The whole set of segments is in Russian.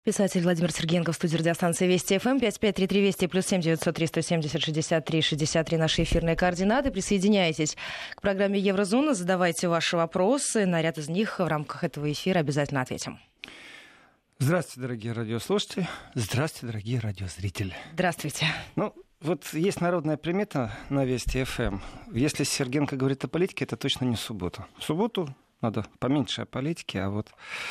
Писатель Владимир Сергеенко в студии радиостанции Вести ФМ. 5533 Вести +7 903 170 63 63 наши эфирные координаты. Присоединяйтесь к программе Еврозона, задавайте ваши вопросы. На ряд из них в рамках этого эфира обязательно ответим. Здравствуйте, дорогие радиослушатели. Здравствуйте, дорогие радиозрители. Здравствуйте. Вот есть народная примета на Вести ФМ. Если Сергеенко говорит о политике, это точно не суббота. В субботу надо поменьше о политике, а вот...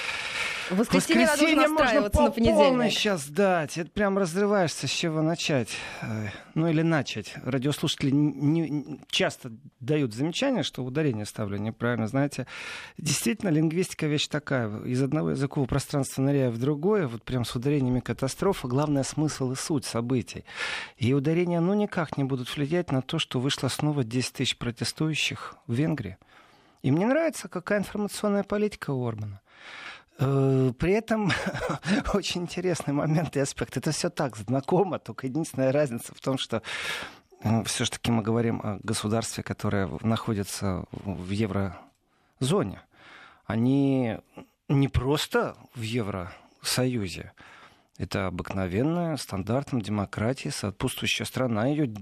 В воскресенье надо уже настраиваться на понедельник. Полный сейчас дать. Это прям разрываешься, с чего начать. Или начать. Радиослушатели часто дают замечание, что ударение ставлю неправильно. Знаете, действительно, лингвистика вещь такая. Из одного языкового пространства ныряя в другое, вот прям с ударениями катастрофа. Главное, смысл и суть событий. И ударения, никак не будут влиять на то, что вышло снова 10 тысяч протестующих в Венгрии. И мне нравится, какая информационная политика у Орбана. При этом очень интересный момент и аспект. Это все так знакомо, только единственная разница в том, что все-таки мы говорим о государстве, которое находится в еврозоне. Они не просто в Евросоюзе. Это обыкновенная, стандартная демократия, сопутствующая страна. Ее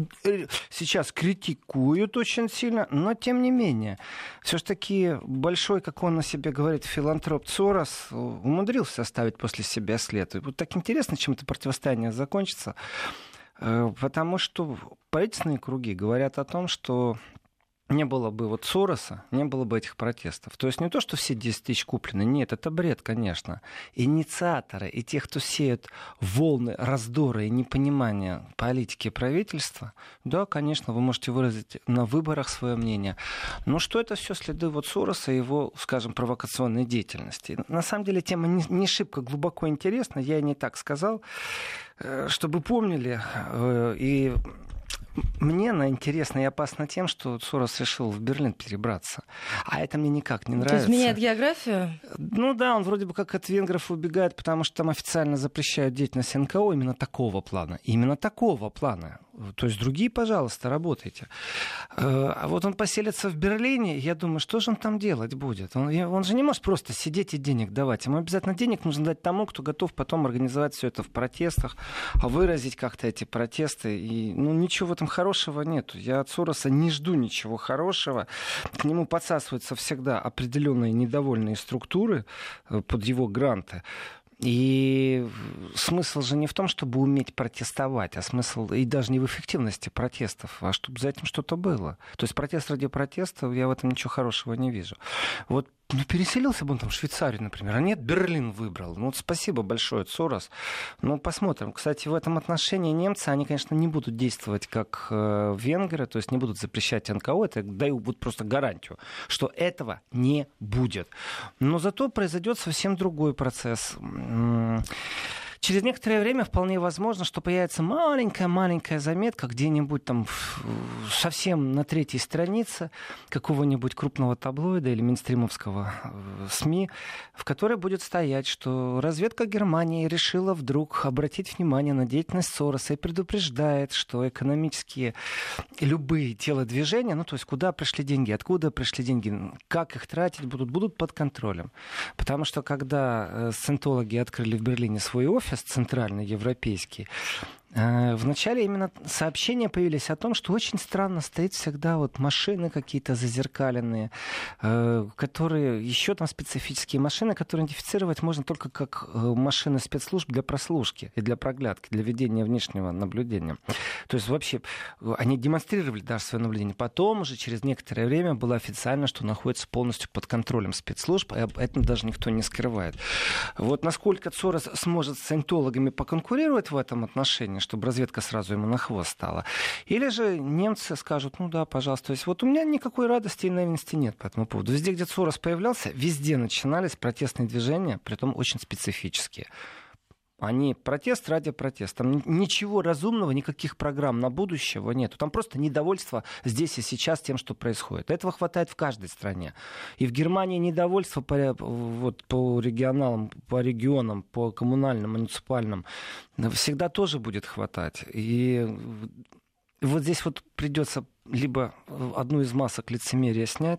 сейчас критикуют очень сильно, но тем не менее. Все-таки большой, как он о себе говорит, филантроп Сорос умудрился оставить после себя след. И вот так интересно, чем это противостояние закончится. Потому что правительственные круги говорят о том, что не было бы Сороса, не было бы этих протестов. То есть не то, что все 10 тысяч куплены. Нет, это бред, конечно. Инициаторы и те, кто сеют волны раздора и непонимания политики правительства, да, конечно, вы можете выразить на выборах свое мнение. Но что это все следы Сороса и его, скажем, провокационной деятельности? На самом деле тема не шибко глубоко интересна, я и не так сказал, чтобы помнили. И мне она интересна и опасна тем, что Сорос решил в Берлин перебраться. А это мне никак не нравится. То есть меняет географию? Да, он вроде бы как от венгров убегает, потому что там официально запрещают деятельность НКО именно такого плана. Именно такого плана. То есть другие, пожалуйста, работайте. А вот он поселится в Берлине, я думаю, что же он там делать будет? Он же не может просто сидеть и денег давать. Ему обязательно денег нужно дать тому, кто готов потом организовать все это в протестах, выразить как-то эти протесты. И ничего в этом хорошего нет. Я от Сороса не жду ничего хорошего. К нему подсасываются всегда определенные недовольные структуры под его гранты. И смысл же не в том, чтобы уметь протестовать, а смысл и даже не в эффективности протестов, а чтобы за этим что-то было. То есть протест ради протеста, я в этом ничего хорошего не вижу. Переселился бы он там в Швейцарию, например, а нет, Берлин выбрал. Спасибо большое, Сорос. Посмотрим. Кстати, в этом отношении немцы, они, конечно, не будут действовать как венгры, то есть не будут запрещать НКО, это даю просто гарантию, что этого не будет. Но зато произойдет совсем другой процесс. Через некоторое время вполне возможно, что появится маленькая заметка где-нибудь там совсем на 3-й странице какого-нибудь крупного таблоида или мейнстримовского СМИ, в которой будет стоять, что разведка Германии решила вдруг обратить внимание на деятельность Сороса и предупреждает, что экономические любые телодвижения, то есть куда пришли деньги, откуда пришли деньги, как их тратить будут под контролем. Потому что когда сциентологи открыли в Берлине свой офис, центральный европейский, вначале именно сообщения появились о том, что очень странно стоит всегда машины какие-то зазеркаленные, которые еще там специфические машины, которые идентифицировать можно только как машины спецслужб для прослушки и для проглядки, для ведения внешнего наблюдения. То есть вообще они демонстрировали даже свое наблюдение. Потом уже через некоторое время было официально, что находится полностью под контролем спецслужб, и об этом даже никто не скрывает. Насколько Сорос сможет с саентологами поконкурировать в этом отношении, чтобы разведка сразу ему на хвост стала. Или же немцы скажут, да, пожалуйста. То есть у меня никакой радости и наивности нет по этому поводу. Везде, где Сорос появлялся, везде начинались протестные движения, притом очень специфические. Они протест ради протеста. Там ничего разумного, никаких программ на будущего нет. Там просто недовольство здесь и сейчас тем, что происходит. Этого хватает в каждой стране. И в Германии недовольство по регионалам, по регионам, по коммунальным, муниципальным всегда тоже будет хватать. И здесь придется либо одну из масок лицемерия снять,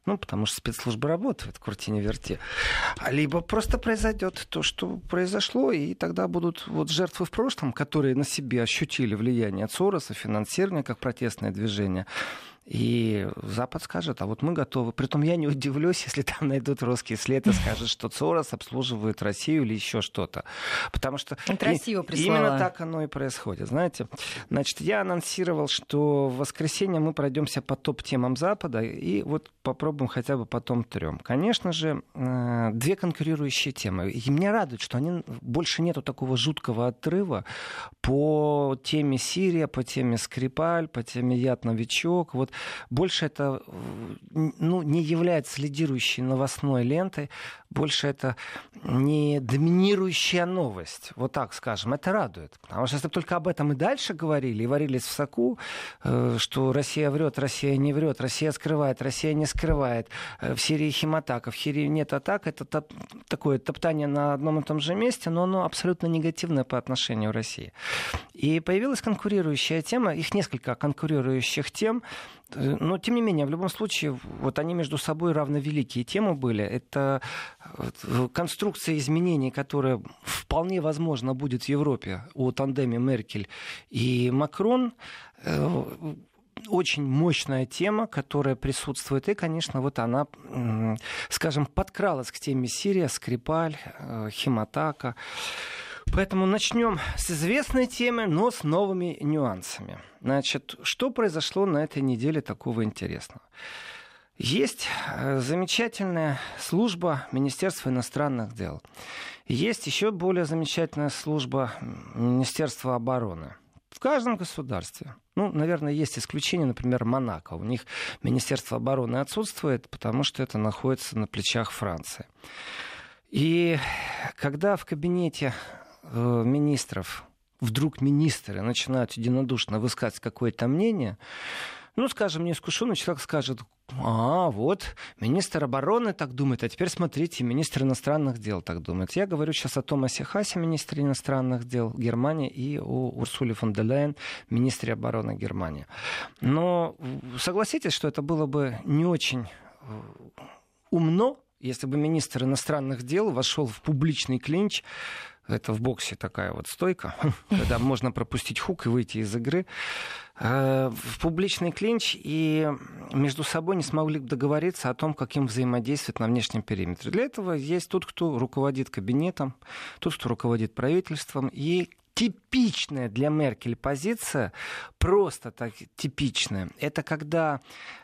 Потому что спецслужбы работают, крути не верти. Либо просто произойдет то, что произошло, и тогда будут жертвы в прошлом, которые на себе ощутили влияние от Сороса, финансирование как протестное движение. И Запад скажет, а вот мы готовы. Притом я не удивлюсь, если там найдут русский след и скажут, что Сорос обслуживает Россию или еще что-то. Потому что именно так оно и происходит. Знаете, значит, я анонсировал, что в воскресенье мы пройдемся по топ-темам Запада и вот попробуем хотя бы по том-3. Конечно же, две конкурирующие темы. И меня радует, что больше нету такого жуткого отрыва по теме Сирия, по теме Скрипаль, по теме Яд-Новичок. Вот больше это не является лидирующей новостной лентой, больше это не доминирующая новость. Вот так скажем, это радует. Потому что если бы только об этом и дальше говорили, и варились в соку, что Россия врет, Россия не врет, Россия скрывает, Россия не скрывает, в Сирии химатака, в Сирии нет атак, это такое топтание на одном и том же месте, но оно абсолютно негативное по отношению к России. И появилась конкурирующая тема, их несколько конкурирующих тем, но, тем не менее, в любом случае, вот они между собой равновеликие темы были. Это конструкция изменений, которая вполне возможно будет в Европе о тандеме Меркель и Макрон. Очень мощная тема, которая присутствует. И, конечно, вот она, скажем, подкралась к теме Сирия, Скрипаль, химатака. Поэтому начнем с известной темы, но с новыми нюансами. Значит, что произошло на этой неделе такого интересного? Есть замечательная служба Министерства иностранных дел. Есть еще более замечательная служба Министерства обороны. В каждом государстве. Наверное, есть исключения, например, Монако. У них Министерство обороны отсутствует, потому что это находится на плечах Франции. И когда в кабинете министров вдруг министры начинают единодушно высказывать какое-то мнение, скажем, неискушенный человек скажет, вот, министр обороны так думает, а теперь смотрите, министр иностранных дел так думает. Я говорю сейчас о Томасе Хасе, министре иностранных дел Германии, и о Урсуле фон дер Ляйен, министре обороны Германии. Но согласитесь, что это было бы не очень умно, если бы министр иностранных дел вошел в публичный клинч. Это в боксе такая вот стойка, когда можно пропустить хук и выйти из игры. В публичный клинч и между собой не смогли договориться о том, каким взаимодействовать на внешнем периметре. Для этого есть тот, кто руководит кабинетом, тот, кто руководит правительством. И типичная для Меркель позиция, просто так типичная, это когда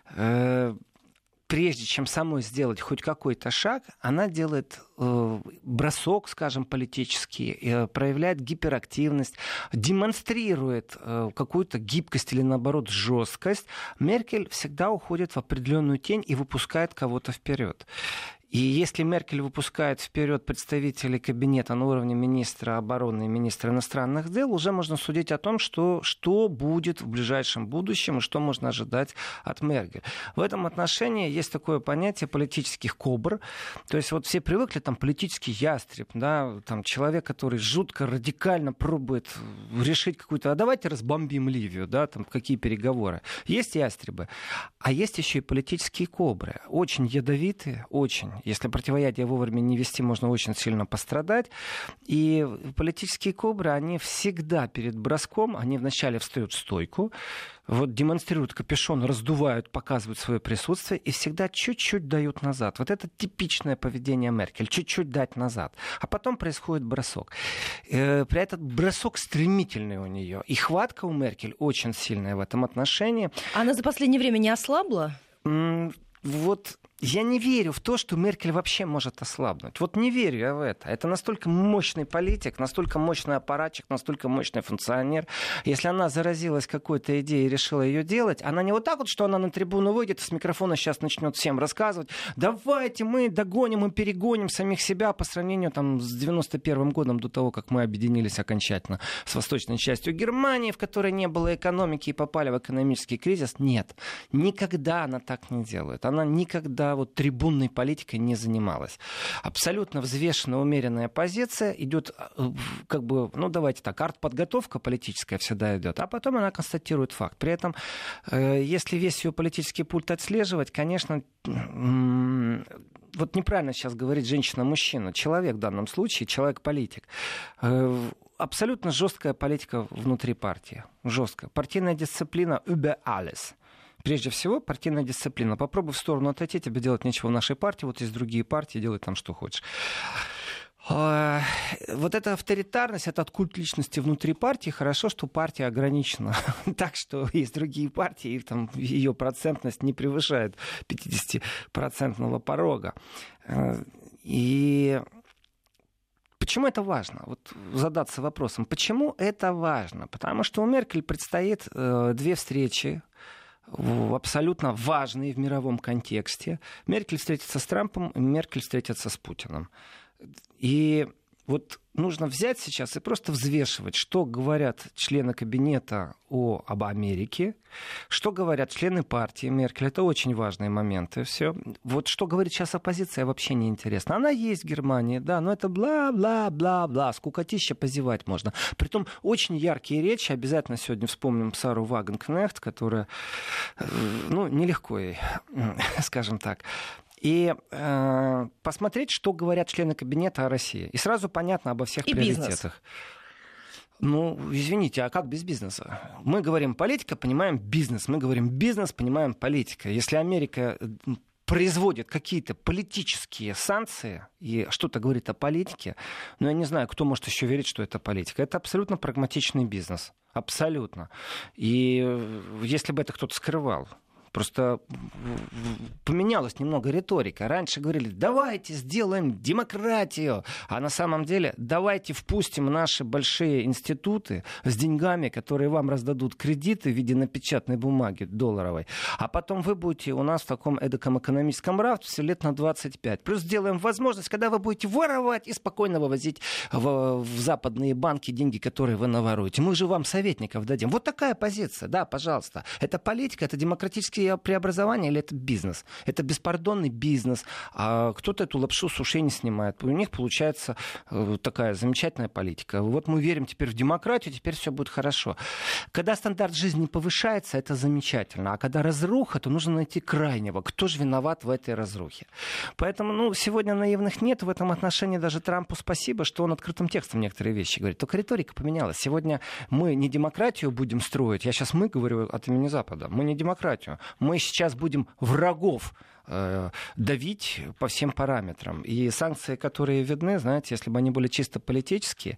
прежде чем самой сделать хоть какой-то шаг, она делает бросок, скажем, политический, проявляет гиперактивность, демонстрирует какую-то гибкость или, наоборот, жесткость. Меркель всегда уходит в определенную тень и выпускает кого-то вперед. И если Меркель выпускает вперед представителей кабинета на уровне министра обороны и министра иностранных дел, уже можно судить о том, что будет в ближайшем будущем и что можно ожидать от Меркель. В этом отношении есть такое понятие политических кобр. То есть вот все привыкли, там, политический ястреб, да, там, человек, который жутко, радикально пробует решить какую-то, а давайте разбомбим Ливию, да, там, какие переговоры. Есть ястребы, а есть еще и политические кобры. Очень ядовитые, очень. Если противоядие вовремя не вести, можно очень сильно пострадать. И политические кобры, они всегда перед броском, они вначале встают в стойку, вот демонстрируют капюшон, раздувают, показывают свое присутствие и всегда чуть-чуть дают назад. Вот это типичное поведение Меркель. Чуть-чуть дать назад. А потом происходит бросок. При этом бросок стремительный у нее. И хватка у Меркель очень сильная в этом отношении. Она за последнее время не ослабла? Вот я не верю в то, что Меркель вообще может ослабнуть. Вот не верю я в это. Это настолько мощный политик, настолько мощный аппаратчик, настолько мощный функционер. Если она заразилась какой-то идеей и решила ее делать, она не вот так вот, что она на трибуну выйдет, с микрофона сейчас начнет всем рассказывать. Давайте мы догоним и перегоним самих себя по сравнению там, с 91 годом, до того, как мы объединились окончательно с восточной частью Германии, в которой не было экономики и попали в экономический кризис. Нет, никогда она так не делает. Она никогда никогда вот трибунной политикой не занималась. Абсолютно взвешенная, умеренная позиция идет, как бы, ну давайте так, артподготовка политическая всегда идет, а потом она констатирует факт. При этом, если весь ее политический пульт отслеживать, конечно, вот неправильно сейчас говорить женщина-мужчина, человек в данном случае, человек-политик. Абсолютно жесткая политика внутри партии. Жесткая. Партийная дисциплина über alles. Прежде всего, партийная дисциплина. Попробуй в сторону отойти, тебе делать нечего в нашей партии, вот есть другие партии, делай там что хочешь. Вот эта авторитарность, этот культ личности внутри партии, хорошо, что партия ограничена. Так что есть другие партии, и там ее процентность не превышает 50% порога. И почему это важно? Вот задаться вопросом, почему это важно? Потому что у Меркель предстоит 2 встречи, абсолютно важные в мировом контексте. Меркель встретится с Трампом, Меркель встретится с Путиным. И вот нужно взять сейчас и просто взвешивать, что говорят члены кабинета об Америке, что говорят члены партии Меркель. Это очень важные моменты. Все. Вот что говорит сейчас оппозиция, вообще не интересно. Она есть в Германии, да, но это бла-бла-бла-бла. Скукотища, позевать можно. Притом очень яркие речи. Обязательно сегодня вспомним Сару Вагенкнехт, которая, ну, нелегко ей, скажем так. И посмотреть, что говорят члены кабинета о России. И сразу понятно обо всех приоритетах. Бизнес. Ну, извините, а как без бизнеса? Мы говорим политика, понимаем бизнес. Мы говорим бизнес, понимаем политика. Если Америка производит какие-то политические санкции и что-то говорит о политике, но я не знаю, кто может еще верить, что это политика. Это абсолютно прагматичный бизнес. Абсолютно. И если бы это кто-то скрывал, просто поменялась немного риторика. Раньше говорили, давайте сделаем демократию. А на самом деле, давайте впустим наши большие институты с деньгами, которые вам раздадут кредиты в виде напечатанной бумаги долларовой. А потом вы будете у нас в таком эдаком экономическом рабстве лет на 25. Плюс сделаем возможность, когда вы будете воровать и спокойно вывозить в западные банки деньги, которые вы наворуете. Мы же вам советников дадим. Вот такая позиция. Да, пожалуйста. Это политика, это демократический преобразование или это бизнес? Это беспардонный бизнес. А кто-то эту лапшу с ушей не снимает. У них получается такая замечательная политика. Вот мы верим теперь в демократию, теперь все будет хорошо. Когда стандарт жизни повышается, это замечательно. А когда разруха, то нужно найти крайнего. Кто же виноват в этой разрухе? Поэтому, сегодня наивных нет. В этом отношении даже Трампу спасибо, что он открытым текстом некоторые вещи говорит. Только риторика поменялась. Сегодня мы не демократию будем строить. Я сейчас мы говорю от имени Запада. Мы не демократию. Мы сейчас будем врагов давить по всем параметрам. И санкции, которые видны, знаете, если бы они были чисто политические,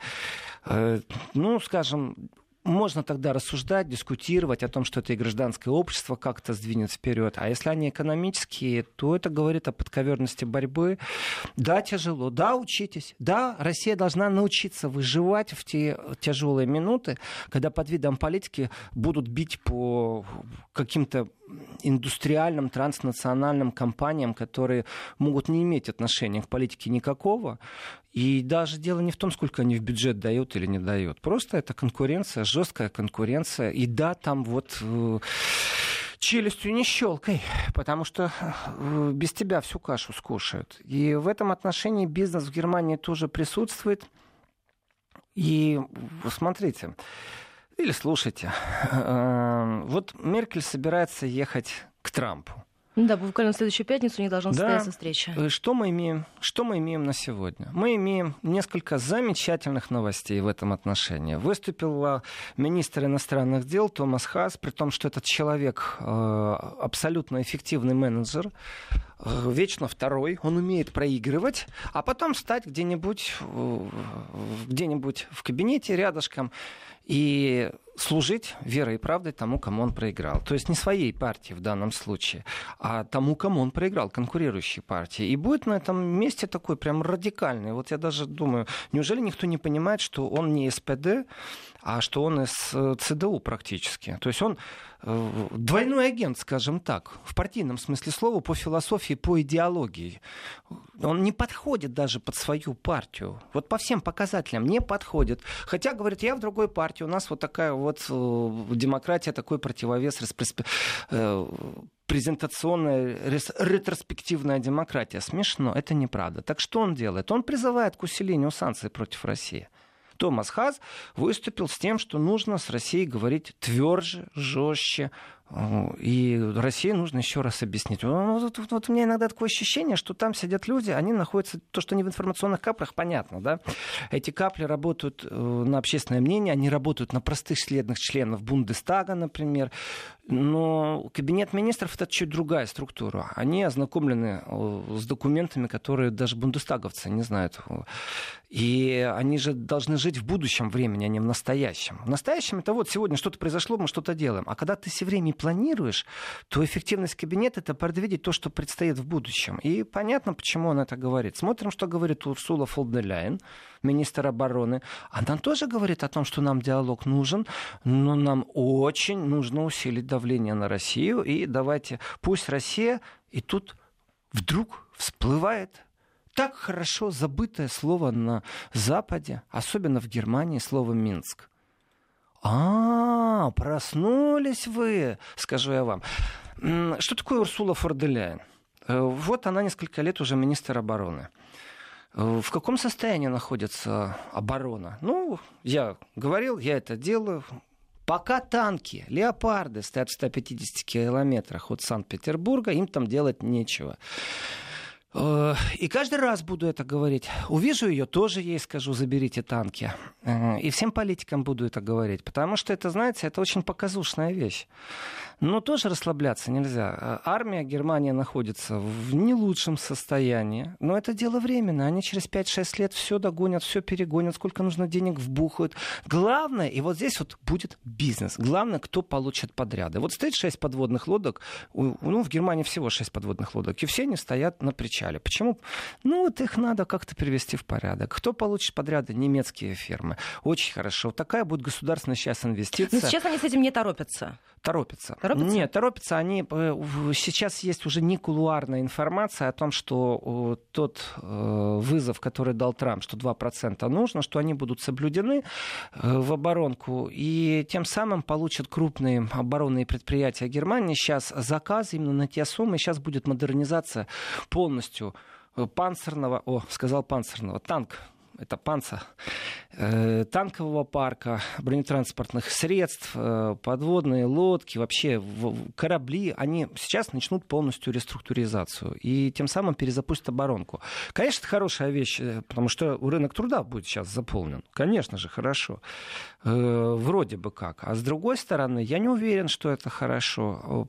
скажем, можно тогда рассуждать, дискутировать о том, что это и гражданское общество как-то сдвинет вперед. А если они экономические, то это говорит о подковерности борьбы. Да, тяжело. Да, учитесь. Да, Россия должна научиться выживать в те тяжелые минуты, когда под видом политики будут бить по каким-то индустриальным, транснациональным компаниям, которые могут не иметь отношения к политике никакого. И даже дело не в том, сколько они в бюджет дают или не дают. Просто это конкуренция, жесткая конкуренция. И да, там вот челюстью не щелкай, потому что без тебя всю кашу скушают. И в этом отношении бизнес в Германии тоже присутствует. И смотрите, или слушайте, вот Меркель собирается ехать к Трампу. Да, буквально в следующую пятницу у них должна состояться встреча. Что мы имеем на сегодня? Мы имеем несколько замечательных новостей в этом отношении. Выступил министр иностранных дел Томас Хаас, при том, что этот человек абсолютно эффективный менеджер, вечно второй, он умеет проигрывать, а потом встать где-нибудь в кабинете рядышком и служить верой и правдой тому, кому он проиграл. То есть не своей партии в данном случае, а тому, кому он проиграл, конкурирующей партии. И будет на этом месте такой прям радикальный. Вот я даже думаю, неужели никто не понимает, что он не СПД, а что он из ЦДУ практически. То есть он двойной агент, скажем так, в партийном смысле слова, по философии, по идеологии. Он не подходит даже под свою партию. Вот по всем показателям не подходит. Хотя, говорит, я в другой партии, у нас вот такая вот демократия, такой противовес презентационная, ретроспективная демократия. Смешно, это неправда. Так что он делает? Он призывает к усилению санкций против России. Томас Хаз выступил с тем, что нужно с Россией говорить тверже, жестче. И России нужно еще раз объяснить. Вот у меня иногда такое ощущение, что там сидят люди, они находятся, то, что они в информационных каплях, понятно, да? Эти капли работают на общественное мнение, они работают на простых следных членов Бундестага, например. Но кабинет министров — это чуть другая структура. Они ознакомлены с документами, которые даже бундестаговцы не знают. И они же должны жить в будущем времени, а не в настоящем. В настоящем это вот сегодня что-то произошло, мы что-то делаем. А когда ты все время планируешь, то эффективность кабинета — это предвидеть то, что предстоит в будущем. И понятно, почему он это говорит. Смотрим, что говорит Урсула фон дер Ляйен, министр обороны. Она тоже говорит о том, что нам диалог нужен, но нам очень нужно усилить давление на Россию. И давайте, пусть Россия... И тут вдруг всплывает так хорошо забытое слово на Западе, особенно в Германии, слово «Минск». Проснулись вы, скажу я вам. Что такое Урсула фон дер Ляйен? Вот она несколько лет уже министр обороны. В каком состоянии находится оборона? Я говорил, я это делаю. Пока танки, леопарды стоят в 150 километрах от Санкт-Петербурга, им там делать нечего. И каждый раз буду это говорить. Увижу ее, тоже ей скажу: заберите танки. И всем политикам буду это говорить. Потому что это, знаете, это очень показушная вещь. Но тоже расслабляться нельзя. Армия Германии находится в не лучшем состоянии. Но это дело временно. Они через 5-6 лет все догонят, все перегонят, сколько нужно денег вбухают. Главное, и вот здесь вот будет бизнес. Главное, кто получит подряды. Вот стоит 6 подводных лодок. В Германии всего 6 подводных лодок. И все они стоят на причале. Почему? Их надо как-то привести в порядок. Кто получит подряды? Немецкие фирмы. Очень хорошо. Такая будет государственная сейчас инвестиция. Но сейчас они с этим не торопятся. Торопятся? Нет, торопятся они. Сейчас есть уже не кулуарная информация о том, что тот вызов, который дал Трамп, что 2% нужно, что они будут соблюдены в оборонку, и тем самым получат крупные оборонные предприятия Германии сейчас заказ именно на те суммы. Сейчас будет модернизация полностью панцирного, танк. Это панцир, танкового парка, бронетранспортных средств, подводные лодки, вообще корабли, они сейчас начнут полностью реструктуризацию и тем самым перезапустят оборонку. Конечно, это хорошая вещь, потому что рынок труда будет сейчас заполнен. Конечно же, хорошо. Вроде бы как. А с другой стороны, я не уверен, что это хорошо.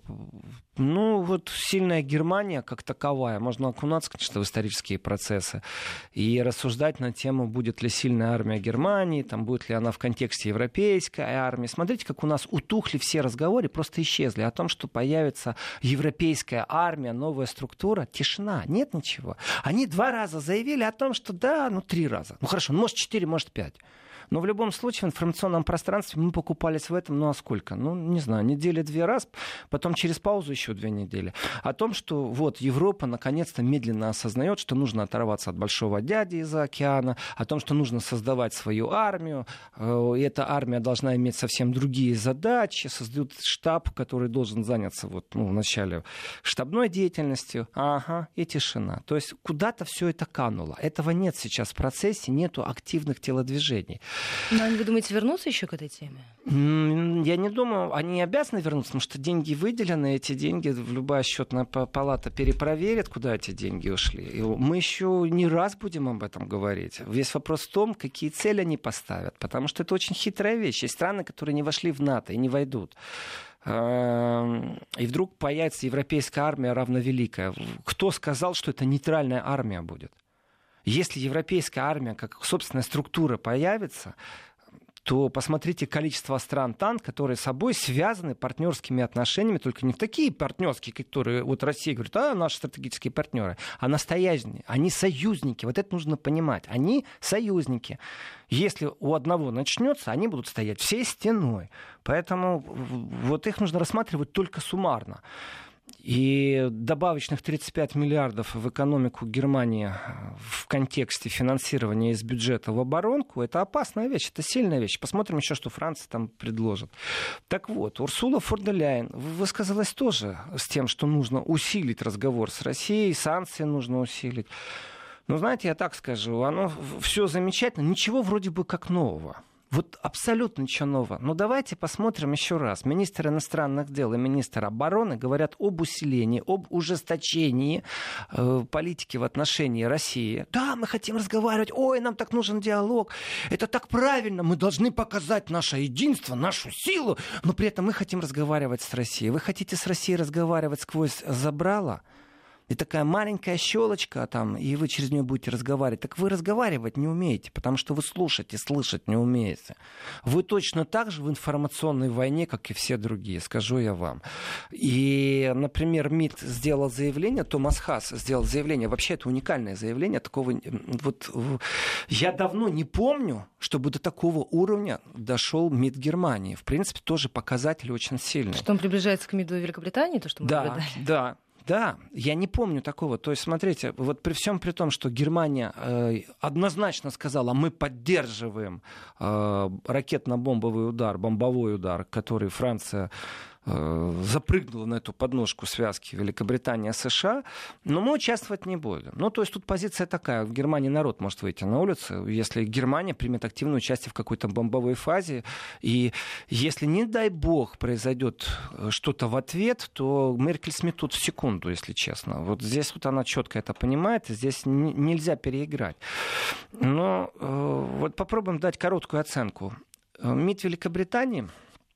Сильная Германия как таковая, можно окунаться, конечно, в исторические процессы и рассуждать на тему, будет ли сильная армия Германии, там, будет ли она в контексте европейской армии. Смотрите, как у нас утухли все разговоры, просто исчезли о том, что появится европейская армия, новая структура. Тишина, нет ничего. Они 2 раза заявили о том, что 3 раза. Хорошо, может 4, может 5. Но в любом случае в информационном пространстве мы покупались в этом, а сколько? Не знаю, 1-2 недели раз, потом через паузу еще 2 недели. О том, что Европа наконец-то медленно осознает, что нужно оторваться от большого дяди из-за океана, о том, что нужно создавать свою армию, и эта армия должна иметь совсем другие задачи, создают штаб, который должен заняться вначале штабной деятельностью, и тишина. То есть куда-то все это кануло. Этого нет сейчас в процессе, нету активных телодвижений. Но вы думаете, вернутся еще к этой теме? Я не думаю, они обязаны вернуться, потому что деньги выделены, эти деньги любая счетная палата перепроверит, куда эти деньги ушли. И мы еще не раз будем об этом говорить. Весь вопрос в том, какие цели они поставят, потому что это очень хитрая вещь. Есть страны, которые не вошли в НАТО и не войдут. И вдруг появится европейская армия равновеликая. Кто сказал, что это нейтральная армия будет? Если европейская армия как собственная структура появится, то посмотрите количество стран-танк, которые с собой связаны партнерскими отношениями, только не в такие партнерские, которые Россия говорит, наши стратегические партнеры, а настоящие, они союзники. Вот это нужно понимать. Они союзники. Если у одного начнется, они будут стоять всей стеной. Поэтому их нужно рассматривать только суммарно. И добавочных 35 миллиардов в экономику Германии в контексте финансирования из бюджета в оборонку — это опасная вещь, это сильная вещь. Посмотрим еще, что Франция там предложит. Так вот, Урсула фон дер Ляйен высказалась тоже с тем, что нужно усилить разговор с Россией, санкции нужно усилить. Но знаете, я так скажу, оно все замечательно, ничего вроде бы как нового. Вот абсолютно ничего нового. Но давайте посмотрим еще раз. Министр иностранных дел и министр обороны говорят об усилении, об ужесточении политики в отношении России. Да, мы хотим разговаривать. Ой, нам так нужен диалог. Это так правильно. Мы должны показать наше единство, нашу силу. Но при этом мы хотим разговаривать с Россией. Вы хотите с Россией разговаривать сквозь забрало? И такая маленькая щелочка там, и вы через нее будете разговаривать. Так вы разговаривать не умеете, потому что вы слушать и слышать не умеете. Вы точно так же в информационной войне, как и все другие, скажу я вам. И, например, МИД сделал заявление, Томас Хасс сделал заявление, вообще это уникальное заявление, такого вот я давно не помню, чтобы до такого уровня дошел МИД Германии. В принципе, тоже показатель очень сильный. Что он приближается к МИДу Великобритании, то, что мы наблюдали? Да, я не помню такого. То есть, смотрите, вот при всем при том, что Германия однозначно сказала, мы поддерживаем ракетно-бомбовый удар, бомбовой удар, который Франция запрыгнула на эту подножку связки Великобритания-США, но мы участвовать не будем. Ну, то есть тут позиция такая. В Германии народ может выйти на улицу, если Германия примет активное участие в какой-то бомбовой фазе. И если, не дай бог, произойдет что-то в ответ, то Меркель сметут в секунду, если честно. Вот здесь вот она четко это понимает, и здесь нельзя переиграть. Но вот попробуем дать короткую оценку. МИД Великобритании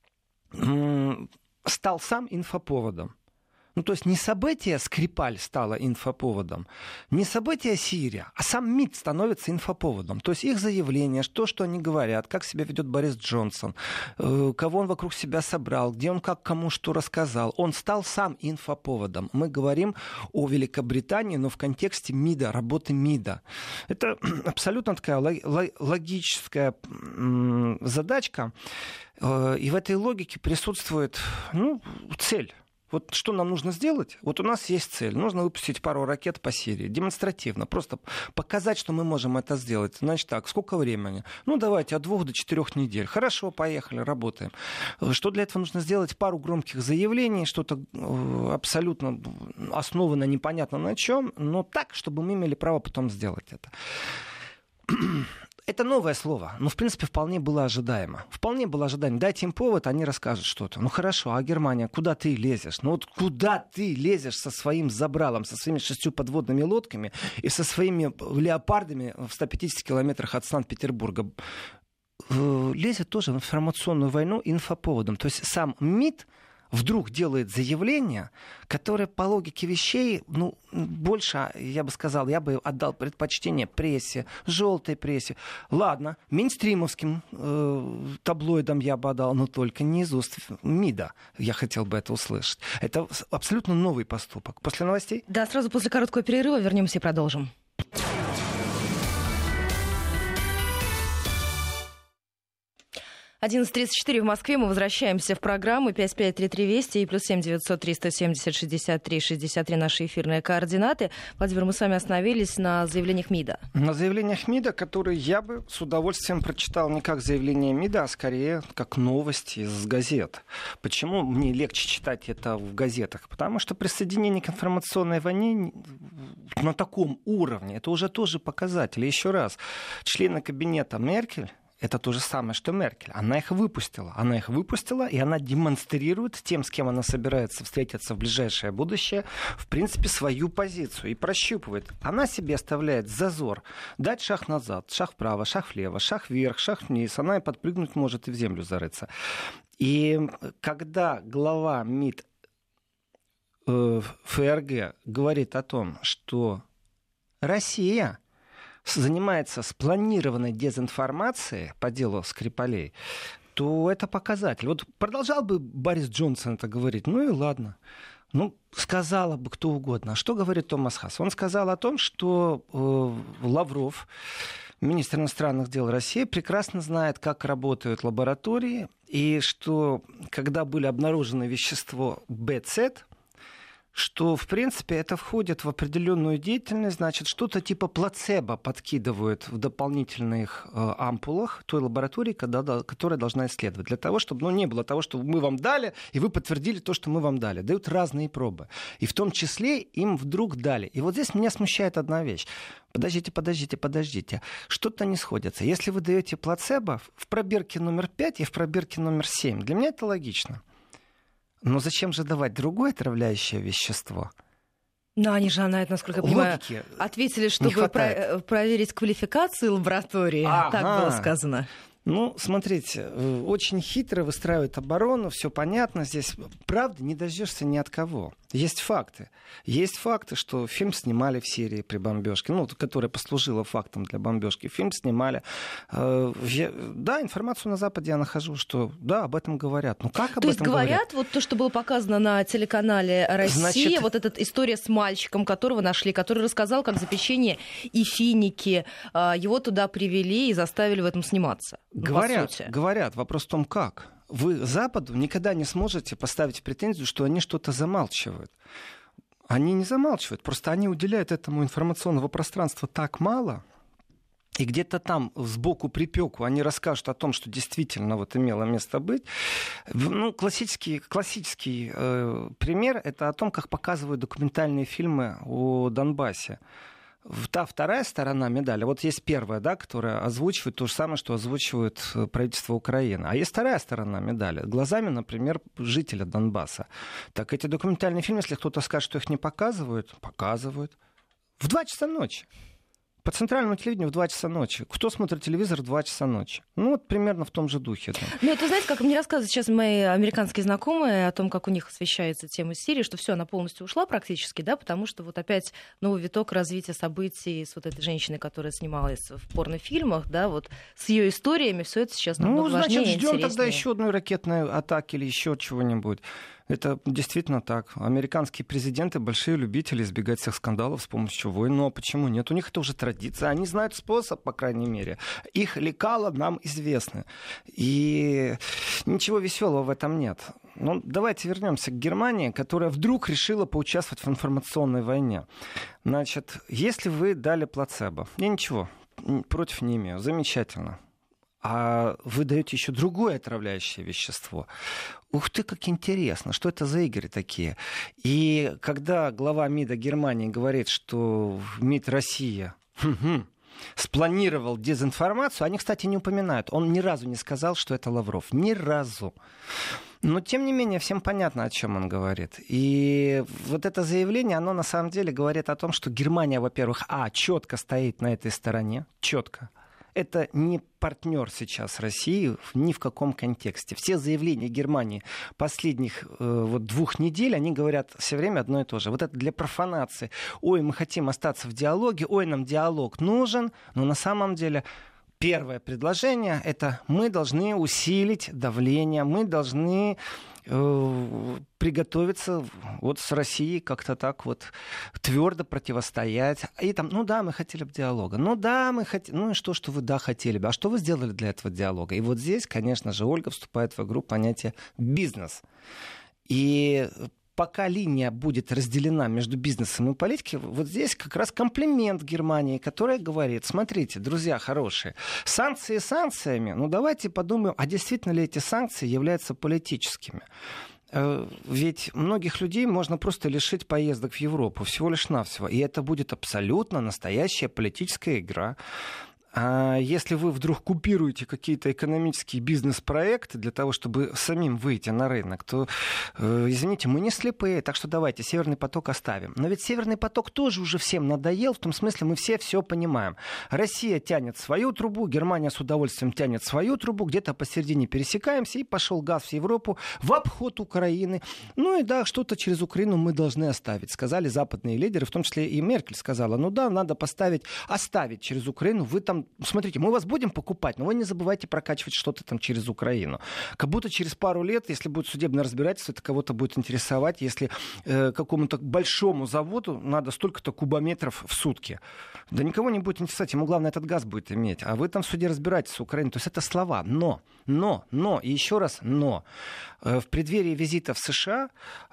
стал сам инфоповодом. Ну, то есть не событие Скрипаль стало инфоповодом, не событие Сирия, а сам МИД становится инфоповодом. То есть их заявление, то, что они говорят, как себя ведет Борис Джонсон, кого он вокруг себя собрал, где он как кому что рассказал, он стал сам инфоповодом. Мы говорим о Великобритании, но в контексте МИДа, работы МИДа. Это абсолютно такая логическая задачка. И в этой логике присутствует цель. Вот что нам нужно сделать? Вот у нас есть цель. Нужно выпустить пару ракет по Сирии. Демонстративно. Просто показать, что мы можем это сделать. Значит так, сколько времени? Давайте от 2 до 4 недель. Хорошо, поехали, работаем. Что для этого нужно сделать? Пару громких заявлений, что-то абсолютно основано непонятно на чем, но так, чтобы мы имели право потом сделать это. Это новое слово, но, в принципе, вполне было ожидаемо. Вполне было ожидаемо. Дайте им повод, они расскажут что-то. Хорошо, а Германия, куда ты лезешь? Вот куда ты лезешь со своим забралом, со своими 6 подводными лодками и со своими леопардами в 150 километрах от Санкт-Петербурга? Лезет тоже в информационную войну инфоповодом. То есть сам МИД вдруг делает заявление, которое по логике вещей, больше, я бы сказал, я бы отдал предпочтение прессе, желтой прессе. Ладно, мейнстримовским таблоидам я бы отдал, но только не из уст МИДа. Я хотел бы это услышать. Это абсолютно новый поступок. После новостей? Да, сразу после короткого перерыва вернемся и продолжим. 11:34 в Москве. Мы возвращаемся в программу 553320 и +7 903 170 63 63 наши эфирные координаты. Владимир, мы с вами остановились на заявлениях МИДа. На заявлениях МИДа, которые я бы с удовольствием прочитал не как заявление МИДа, а скорее как новости из газет. Почему мне легче читать это в газетах? Потому что присоединение к информационной войне на таком уровне, это уже тоже показатель. Еще раз, члены кабинета Меркель, это то же самое, что Меркель. Она их выпустила. И она демонстрирует тем, с кем она собирается встретиться в ближайшее будущее, в принципе, свою позицию. И прощупывает. Она себе оставляет зазор. Дать шаг назад, шаг вправо, шаг влево, шаг вверх, шаг вниз. Она и подпрыгнуть может, и в землю зарыться. И когда глава МИД ФРГ говорит о том, что Россия занимается спланированной дезинформацией по делу Скрипалей, то это показатель. Вот продолжал бы Борис Джонсон это говорить, и ладно. Сказала бы кто угодно. А что говорит Томас Хасс? Он сказал о том, что Лавров, министр иностранных дел России, прекрасно знает, как работают лаборатории, и что, когда были обнаружены вещество БЦ, что, в принципе, это входит в определенную деятельность, значит, что-то типа плацебо подкидывают в дополнительных ампулах той лаборатории, которая должна исследовать. Для того, чтобы не было того, что мы вам дали, и вы подтвердили то, что мы вам дали. Дают разные пробы. И в том числе им вдруг дали. И вот здесь меня смущает одна вещь. Подождите. Что-то не сходится. Если вы даете плацебо в пробирке номер 5 и в пробирке номер 7, для меня это логично. Но зачем же давать другое отравляющее вещество? Ну, они же на это, насколько я понимаю, ответили, чтобы проверить квалификацию лаборатории. Так было сказано. Ну, смотрите, очень хитро выстраивают оборону, все понятно. Здесь, правда, не дождешься ни от кого. Есть факты. Есть факты, что фильм снимали в Сирии при бомбежке, которая послужила фактом для бомбежки. Фильм снимали. Да, информацию на Западе я нахожу, что да, об этом говорят. Ну, как об этом говорят? То есть говорят, вот то, что было показано на телеканале «Россия», значит, вот эта история с мальчиком, которого нашли, который рассказал, как за печенье и финики его туда привели и заставили в этом сниматься. Говорят. Вопрос в том, как. Вы Западу никогда не сможете поставить претензию, что они что-то замалчивают. Они не замалчивают, просто они уделяют этому информационного пространства так мало, и где-то там сбоку припеку они расскажут о том, что действительно вот имело место быть. Ну, классический пример — это о том, как показывают документальные фильмы о Донбассе. Та вторая сторона медали, вот есть первая, да, которая озвучивает то же самое, что озвучивает правительство Украины. А есть вторая сторона медали, глазами, например, жителя Донбасса. Так эти документальные фильмы, если кто-то скажет, что их не показывают, показывают. В 2 часа ночи. По центральному телевидению в 2 часа ночи. Кто смотрит телевизор в 2 часа ночи? Ну, вот примерно в том же духе. Ну, это, знаете, как мне рассказывают сейчас мои американские знакомые о том, как у них освещается тема Сирии, что все, она полностью ушла практически, да, потому что вот опять новый виток развития событий с вот этой женщиной, которая снималась в порнофильмах, да, вот с ее историями, все это сейчас намного важнее и интереснее. Ждем тогда еще одной ракетной атаки или еще чего-нибудь. Это действительно так. Американские президенты большие любители избегать всех скандалов с помощью войн. Но почему нет? У них это уже традиция. Они знают способ, по крайней мере. Их лекала нам известны. И ничего веселого в этом нет. Но давайте вернемся к Германии, которая вдруг решила поучаствовать в информационной войне. Значит, если вы дали плацебо, я ничего против не имею. Замечательно. А вы даете еще другое отравляющее вещество. Ух ты, как интересно, что это за игры такие? И когда глава МИДа Германии говорит, что МИД Россия спланировал дезинформацию, они, кстати, не упоминают. Он ни разу не сказал, что это Лавров. Ни разу. Но, тем не менее, всем понятно, о чем он говорит. И вот это заявление, оно на самом деле говорит о том, что Германия, во-первых, четко стоит на этой стороне, четко. Это не партнер сейчас России ни в каком контексте. Все заявления Германии последних 2 недель, они говорят все время одно и то же. Вот это для профанации. Ой, мы хотим остаться в диалоге, ой, нам диалог нужен. Но на самом деле первое предложение — это мы должны усилить давление, мы должны приготовиться вот с Россией как-то так вот твердо противостоять. И там, мы хотели бы диалога. И что вы хотели бы. А что вы сделали для этого диалога? И вот здесь, конечно же, Ольга вступает в игру понятие «бизнес». И пока линия будет разделена между бизнесом и политикой, вот здесь как раз комплимент Германии, которая говорит: смотрите, друзья хорошие, санкции санкциями, давайте подумаем, а действительно ли эти санкции являются политическими? Ведь многих людей можно просто лишить поездок в Европу, всего лишь навсего, и это будет абсолютно настоящая политическая игра. А если вы вдруг купируете какие-то экономические бизнес-проекты для того, чтобы самим выйти на рынок, то, извините, мы не слепые, так что давайте Северный поток оставим. Но ведь Северный поток тоже уже всем надоел, в том смысле мы все понимаем. Россия тянет свою трубу, Германия с удовольствием тянет свою трубу, где-то посередине пересекаемся, и пошел газ в Европу в обход Украины. Что-то через Украину мы должны оставить, сказали западные лидеры, в том числе и Меркель сказала, надо оставить через Украину, вы там нам, смотрите, мы вас будем покупать, но вы не забывайте прокачивать что-то там через Украину. Как будто через пару лет, если будет судебное разбирательство, это кого-то будет интересовать, если какому-то большому заводу надо столько-то кубометров в сутки. Да никого не будет интересовать, ему главное этот газ будет иметь. А вы там в суде разбираетесь с Украиной. То есть это слова. Но, и еще раз но. В преддверии визита в США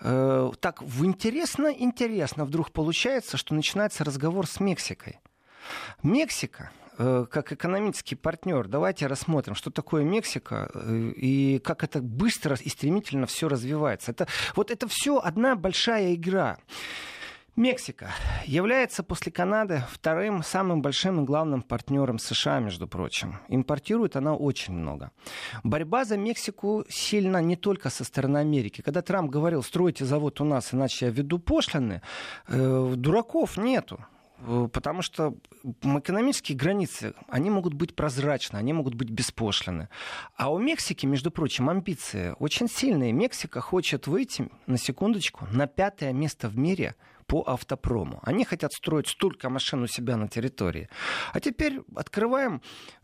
так интересно вдруг получается, что начинается разговор с Мексикой. Мексика, как экономический партнер, давайте рассмотрим, что такое Мексика и как это быстро и стремительно все развивается. Это все одна большая игра. Мексика является после Канады вторым самым большим и главным партнером США, между прочим. Импортирует она очень много. Борьба за Мексику сильна не только со стороны Америки. Когда Трамп говорил, стройте завод у нас, иначе я введу пошлины, дураков нету. Потому что экономические границы, они могут быть прозрачны, они могут быть беспошлины. А у Мексики, между прочим, амбиции очень сильные. Мексика хочет выйти, на секундочку, на 5-е место в мире по автопрому. Они хотят строить столько машин у себя на территории. А теперь открываем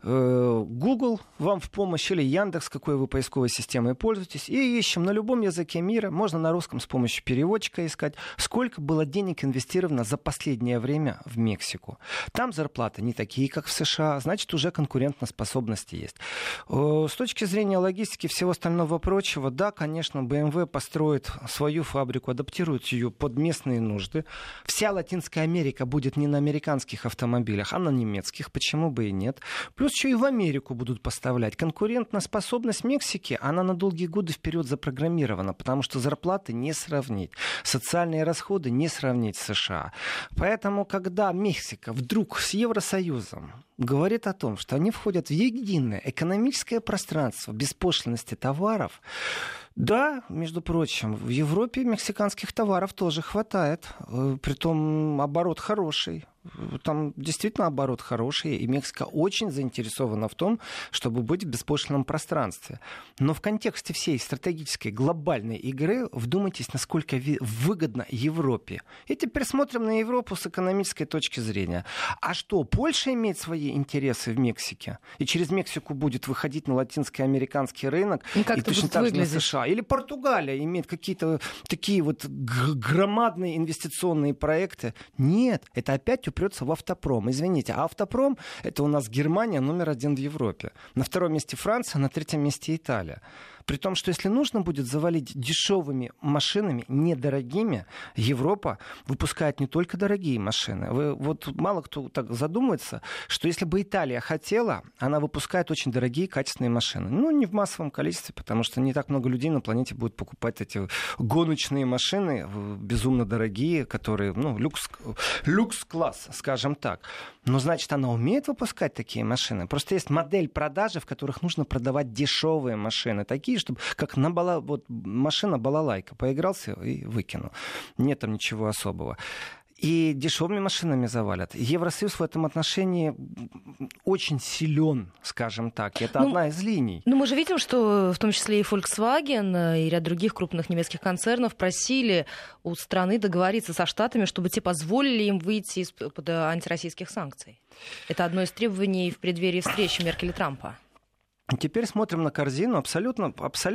Google вам в помощь или Яндекс, какой вы поисковой системой пользуетесь, и ищем на любом языке мира, можно на русском с помощью переводчика искать, сколько было денег инвестировано за последнее время в Мексику. Там зарплаты не такие, как в США, значит, уже конкурентоспособность есть. С точки зрения логистики и всего остального прочего, да, конечно, BMW построит свою фабрику, адаптирует ее под местные нужды. Вся Латинская Америка будет не на американских автомобилях, а на немецких. Почему бы и нет? Плюс еще и в Америку будут поставлять. Конкурентоспособность Мексики, она на долгие годы вперед запрограммирована, потому что зарплаты не сравнить, социальные расходы не сравнить с США. Поэтому, когда Мексика вдруг с Евросоюзом говорит о том, что они входят в единое экономическое пространство беспошлинности товаров, да, между прочим, в Европе мексиканских товаров тоже хватает. Притом оборот хороший. Там действительно оборот хороший, и Мексика очень заинтересована в том, чтобы быть в беспошлинном пространстве. Но в контексте всей стратегической глобальной игры вдумайтесь, насколько выгодно Европе. И теперь смотрим на Европу с экономической точки зрения. А что, Польша имеет свои интересы в Мексике? И через Мексику будет выходить на латинско-американский рынок, и точно так же на США. Или Португалия имеет какие-то такие вот громадные инвестиционные проекты? Нет, это опять упрется в автопром. Извините, а автопром — это у нас Германия номер 1 в Европе. На 2-м месте Франция, на 3-м месте Италия. При том, что если нужно будет завалить дешевыми машинами, недорогими, Европа выпускает не только дорогие машины. Вот мало кто так задумывается, что если бы Италия хотела, она выпускает очень дорогие, качественные машины. Ну, не в массовом количестве, потому что не так много людей на планете будет покупать эти гоночные машины, безумно дорогие, которые, ну, люкс-класс, скажем так. Но, значит, она умеет выпускать такие машины. Просто есть модель продажи, в которых нужно продавать дешевые машины, такие, чтобы как вот машина балалайка, поигрался и выкинул. Нет там ничего особого. И дешевыми машинами завалят. Евросоюз в этом отношении очень силен, скажем так. Это одна из линий. Ну, мы же видим, что в том числе и Volkswagen, и ряд других крупных немецких концернов просили у страны договориться со Штатами, чтобы те позволили им выйти из-под антироссийских санкций. Это одно из требований в преддверии встречи Меркель и Трампа. Теперь смотрим на корзину. Абсолютно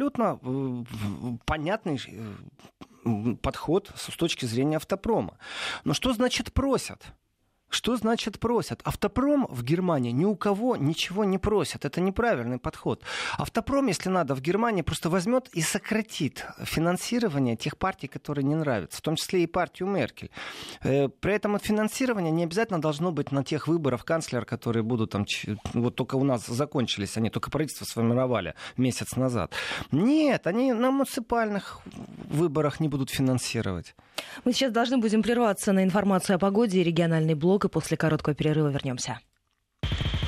понятный подход с точки зрения автопрома. Но что значит просят? Что значит просят? Автопром в Германии ни у кого ничего не просит. Это неправильный подход. Автопром, если надо, в Германии просто возьмет и сократит финансирование тех партий, которые не нравятся, в том числе и партию Меркель. При этом финансирование не обязательно должно быть на тех выборах канцлера, которые будут там, вот только у нас закончились, они только правительство сформировали месяц назад. Нет, они на муниципальных выборах не будут финансировать. Мы сейчас должны будем прерваться на информацию о погоде и региональный блок, и после короткого перерыва вернемся.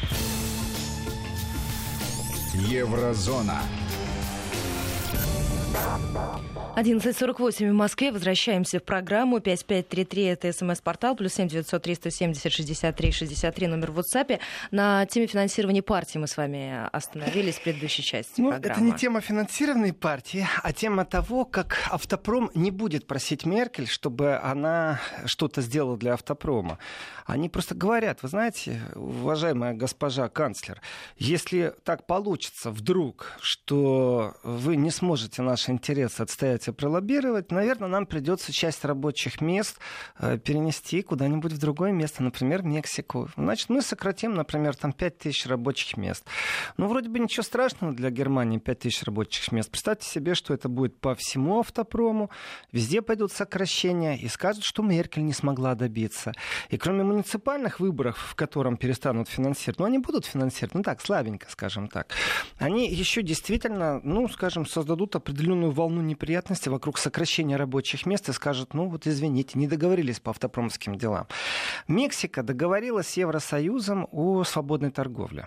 Еврозона. 11:48 в Москве. Возвращаемся в программу 5533. Это СМС-портал. +7 903 170 63 63. Номер в WhatsApp. На теме финансирования партии мы с вами остановились в предыдущей части программы. Это не тема финансирования партии, а тема того, как Автопром не будет просить Меркель, чтобы она что-то сделала для Автопрома. Они просто говорят: вы знаете, уважаемая госпожа канцлер, если так получится вдруг, что вы не сможете наши интересы отстоять и пролоббировать, наверное, нам придется часть рабочих мест перенести куда-нибудь в другое место, например, в Мексику. Значит, мы сократим, например, там 5000 рабочих мест. Ну, вроде бы ничего страшного для Германии, 5000 рабочих мест. Представьте себе, что это будет по всему Автопрому, везде пойдут сокращения, и скажут, что Меркель не смогла добиться. И кроме муниципальных выборов, в котором перестанут финансировать, они будут финансировать, так, слабенько, скажем так, они еще действительно, создадут определенную волну неприятностей вокруг сокращения рабочих мест и скажут: извините, не договорились по автопромским делам. Мексика договорилась с Евросоюзом о свободной торговле.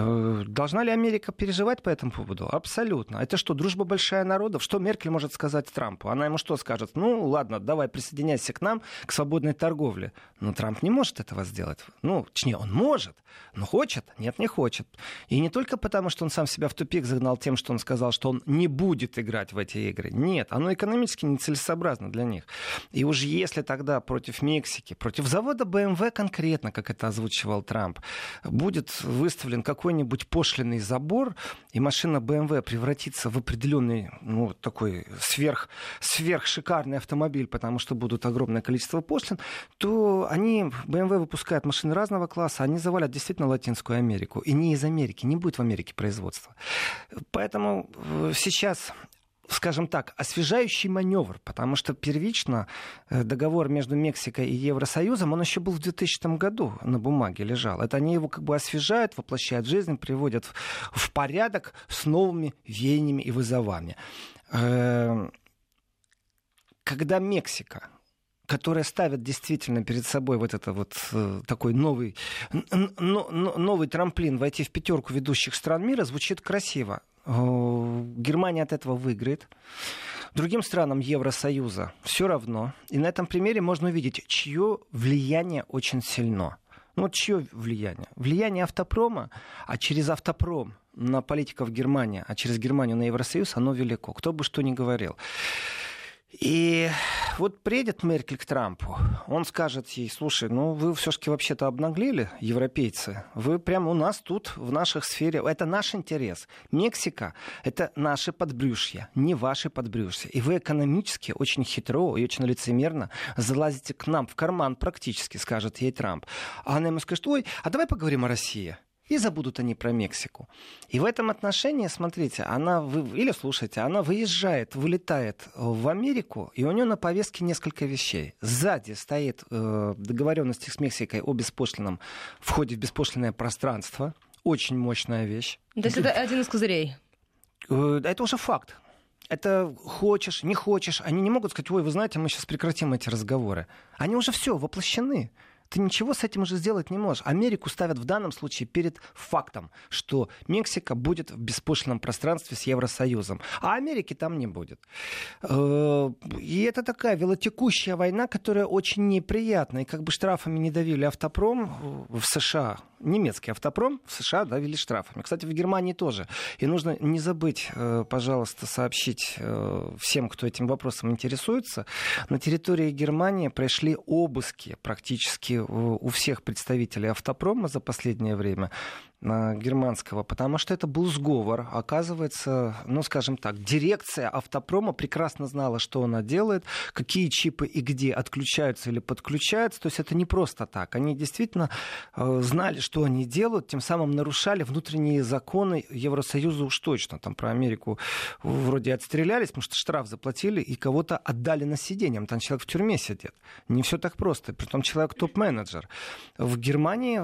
Должна ли Америка переживать по этому поводу? Абсолютно. Это что, дружба большая народов? Что Меркель может сказать Трампу? Она ему что скажет? Ладно, давай присоединяйся к нам, к свободной торговле. Но Трамп не может этого сделать. Точнее, он может, но хочет? Нет, не хочет. И не только потому, что он сам себя в тупик загнал тем, что он сказал, что он не будет играть в эти игры. Нет, оно экономически нецелесообразно для них. И уж если тогда против Мексики, против завода BMW конкретно, как это озвучивал Трамп, будет выставлен какой-нибудь пошлиный забор, и машина BMW превратится в определенный, такой сверхшикарный автомобиль, потому что будут огромное количество пошлин, то BMW выпускают машины разного класса, они завалят действительно Латинскую Америку. И не из Америки, не будет в Америке производства. Поэтому сейчас, скажем так, освежающий маневр, потому что первично договор между Мексикой и Евросоюзом, он еще был в 2000 году на бумаге лежал. Это они его освежают, воплощают в жизнь, приводят в порядок с новыми веяниями и вызовами. Когда Мексика, которая ставит действительно перед собой такой новый трамплин войти в пятерку ведущих стран мира, звучит красиво. Германия от этого выиграет. Другим странам Евросоюза все равно. И на этом примере можно увидеть, чье влияние очень сильно. Чье влияние? Влияние Автопрома, а через Автопром на политиков Германии, а через Германию на Евросоюз, оно велико. Кто бы что ни говорил. И приедет Меркель к Трампу, он скажет ей: слушай, вы все-таки вообще-то обнаглели, европейцы, вы прямо у нас тут, в нашей сфере, это наш интерес. Мексика — это наши подбрюшья, не ваши подбрюшья. И вы экономически очень хитро и очень лицемерно залазите к нам в карман практически, скажет ей Трамп. А она ему скажет: ой, а давай поговорим о России. И забудут они про Мексику. И в этом отношении, смотрите, она выезжает, вылетает в Америку, и у нее на повестке несколько вещей. Сзади стоит договоренность с Мексикой о беспошлинном входе в беспошлинное пространство. Очень мощная вещь. То есть это один из козырей? Это уже факт. Это хочешь, не хочешь. Они не могут сказать: ой, вы знаете, мы сейчас прекратим эти разговоры. Они уже все воплощены. Ты ничего с этим уже сделать не можешь. Америку ставят в данном случае перед фактом, что Мексика будет в беспошлинном пространстве с Евросоюзом, а Америки там не будет. И это такая велотекущая война, которая очень неприятна. И как бы штрафами не давили Автопром в США, немецкий Автопром в США давили штрафами. Кстати, в Германии тоже. И нужно не забыть, пожалуйста, сообщить всем, кто этим вопросом интересуется. На территории Германии прошли обыски практически у всех представителей Автопрома за последнее время германского, потому что это был сговор. Оказывается, дирекция Автопрома прекрасно знала, что она делает, какие чипы и где отключаются или подключаются. То есть это не просто так. Они действительно знали, что они делают, тем самым нарушали внутренние законы Евросоюза уж точно. Там про Америку вроде отстрелялись, потому что штраф заплатили и кого-то отдали на сиденье. Там человек в тюрьме сидит. Не все так просто. Притом человек топ-менеджер. В Германии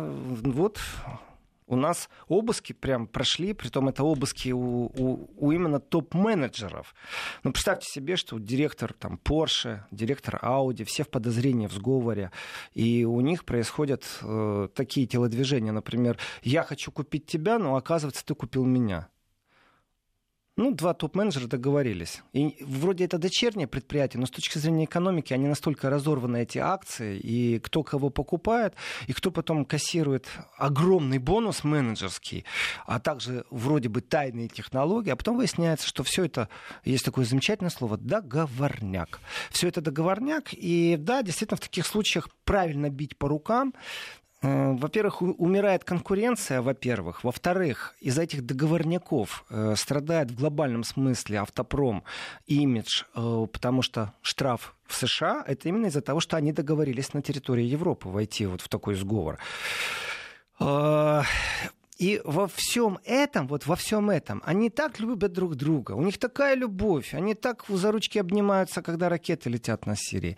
у нас обыски прям прошли, притом это обыски у именно топ-менеджеров. Представьте себе, что директор Porsche, директор Audi, все в подозрении, в сговоре, и у них происходят такие телодвижения, например: я хочу купить тебя, но оказывается, ты купил меня. Два топ-менеджера договорились. И вроде это дочернее предприятие, но с точки зрения экономики они настолько разорваны, эти акции, и кто кого покупает, и кто потом кассирует огромный бонус менеджерский, а также вроде бы тайные технологии, а потом выясняется, что все это, есть такое замечательное слово, договорняк. Все это договорняк, и да, действительно в таких случаях правильно бить по рукам. Во-первых, умирает конкуренция, во-первых. Во-вторых, из-за этих договорняков страдает в глобальном смысле автопром, имидж, потому что штраф в США — это именно из-за того, что они договорились на территории Европы войти вот в такой сговор. И во всем этом они так любят друг друга. У них такая любовь. Они так за ручки обнимаются, когда ракеты летят над Сирией.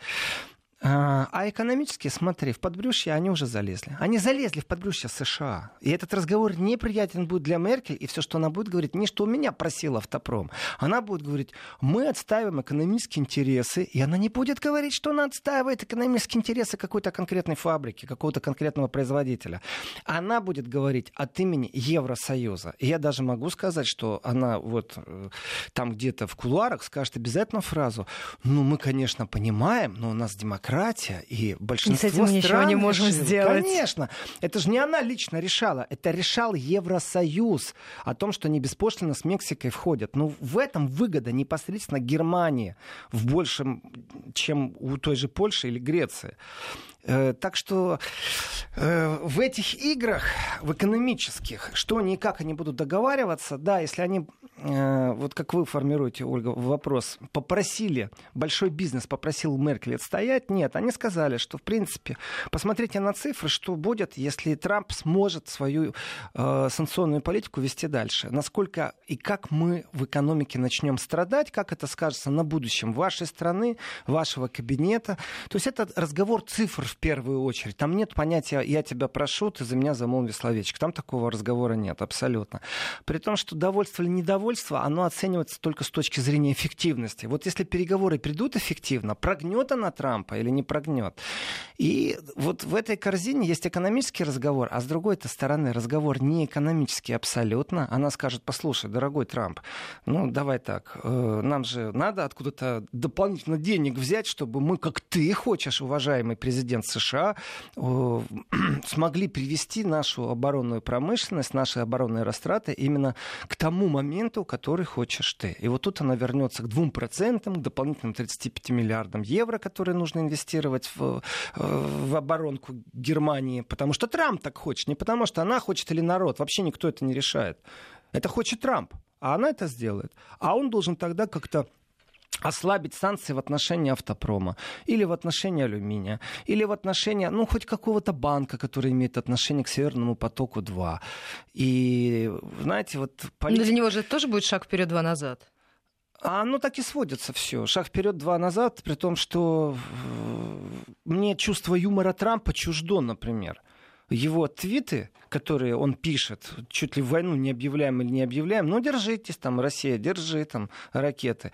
А экономически, смотри, в подбрюшье они уже залезли. Они залезли в подбрюшье США. И этот разговор неприятен будет для Меркель. И все, что она будет говорить, не что у меня просил автопром. Она будет говорить, мы отстаиваем экономические интересы. И она не будет говорить, что она отстаивает экономические интересы какой-то конкретной фабрики, какого-то конкретного производителя. Она будет говорить от имени Евросоюза. И я даже могу сказать, что она вот там где-то в кулуарах скажет обязательно фразу, мы, конечно, понимаем, но у нас демократия, и большинство стран... И с этим ничего не можем сделать. Конечно. Это же не она лично решала. Это решал Евросоюз о том, что они беспошлино с Мексикой входят. Но в этом выгода непосредственно Германии в большем, чем у той же Польши или Греции. Так что в этих играх, в экономических, что они и как они будут договариваться, да, если они, вот как вы формируете, Ольга, вопрос, большой бизнес попросил Меркель отстоять, нет, они сказали, что, в принципе, посмотрите на цифры, что будет, если Трамп сможет свою санкционную политику вести дальше. Насколько и как мы в экономике начнем страдать, как это скажется на будущем вашей страны, вашего кабинета. То есть это разговор цифр в первую очередь. Там нет понятия «я тебя прошу, ты за меня замолви словечко». Там такого разговора нет, абсолютно. При том, что довольство или недовольство, оно оценивается только с точки зрения эффективности. Вот если переговоры придут эффективно, прогнет она Трампа или не прогнет. И вот в этой корзине есть экономический разговор, а с другой-то стороны разговор не экономический абсолютно. Она скажет, послушай, дорогой Трамп, давай так, нам же надо откуда-то дополнительно денег взять, чтобы мы, как ты хочешь, уважаемый президент США, смогли привести нашу оборонную промышленность, наши оборонные растраты именно к тому моменту, который хочешь ты. И вот тут она вернется к 2%, к дополнительным 35 миллиардам евро, которые нужно инвестировать в оборонку Германии, потому что Трамп так хочет, не потому что она хочет или народ. Вообще никто это не решает. Это хочет Трамп, а она это сделает. А он должен тогда как-то ослабить санкции в отношении автопрома, или в отношении алюминия, или в отношении, хоть какого-то банка, который имеет отношение к Северному потоку-2. И, знаете, вот... Но для него же это тоже будет шаг вперед, два назад. Оно так и сводится все. Шаг вперед, два назад, при том, что мне чувство юмора Трампа чуждо, например. Его твиты, которые он пишет, чуть ли войну не объявляем или не объявляем, держитесь там, Россия, держи там ракеты.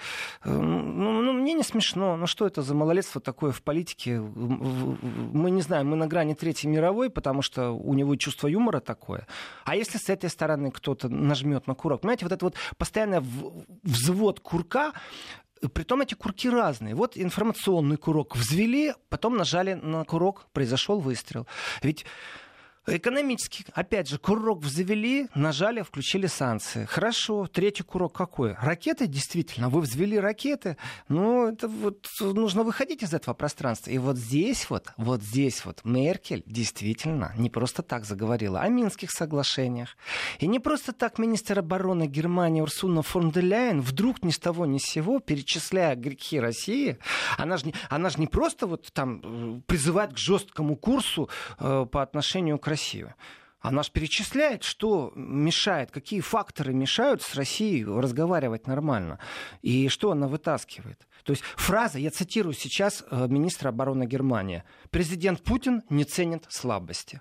Мне не смешно. Что это за малолетство такое в политике? Мы не знаем, мы на грани Третьей мировой, потому что у него чувство юмора такое. А если с этой стороны кто-то нажмет на курок? Понимаете, вот это вот постоянный взвод курка, притом эти курки разные. Вот информационный курок взвели, потом нажали на курок, произошел выстрел. Ведь экономически, опять же, курок взвели, нажали, включили санкции. Хорошо, третий курок какой? Ракеты, действительно, вы взвели ракеты. Это вот нужно выходить из этого пространства. И вот здесь Меркель действительно не просто так заговорила о Минских соглашениях. И не просто так министр обороны Германии Урсула фон дер Ляйен вдруг ни с того ни с сего, перечисляя грехи России, она же не просто призывает к жесткому курсу по отношению к России. Она же перечисляет, что мешает, какие факторы мешают с Россией разговаривать нормально. И что она вытаскивает. То есть фраза, я цитирую сейчас министра обороны Германии. Президент Путин не ценит слабости.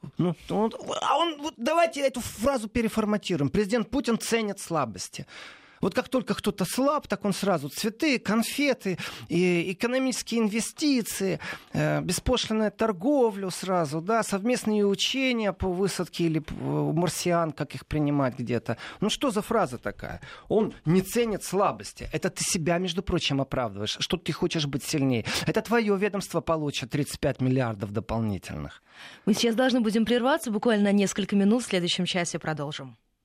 Давайте эту фразу переформатируем. Президент Путин ценит слабости. Вот как только кто-то слаб, так он сразу цветы, конфеты, и экономические инвестиции, беспошлинная торговля сразу, да, совместные учения по высадке или марсиан, как их принимать где-то. Ну что за фраза такая? Он не ценит слабости. Это ты себя, между прочим, оправдываешь, что ты хочешь быть сильнее. Это твое ведомство получит 35 миллиардов дополнительных. Мы сейчас должны будем прерваться буквально на несколько минут. В следующем часе продолжим.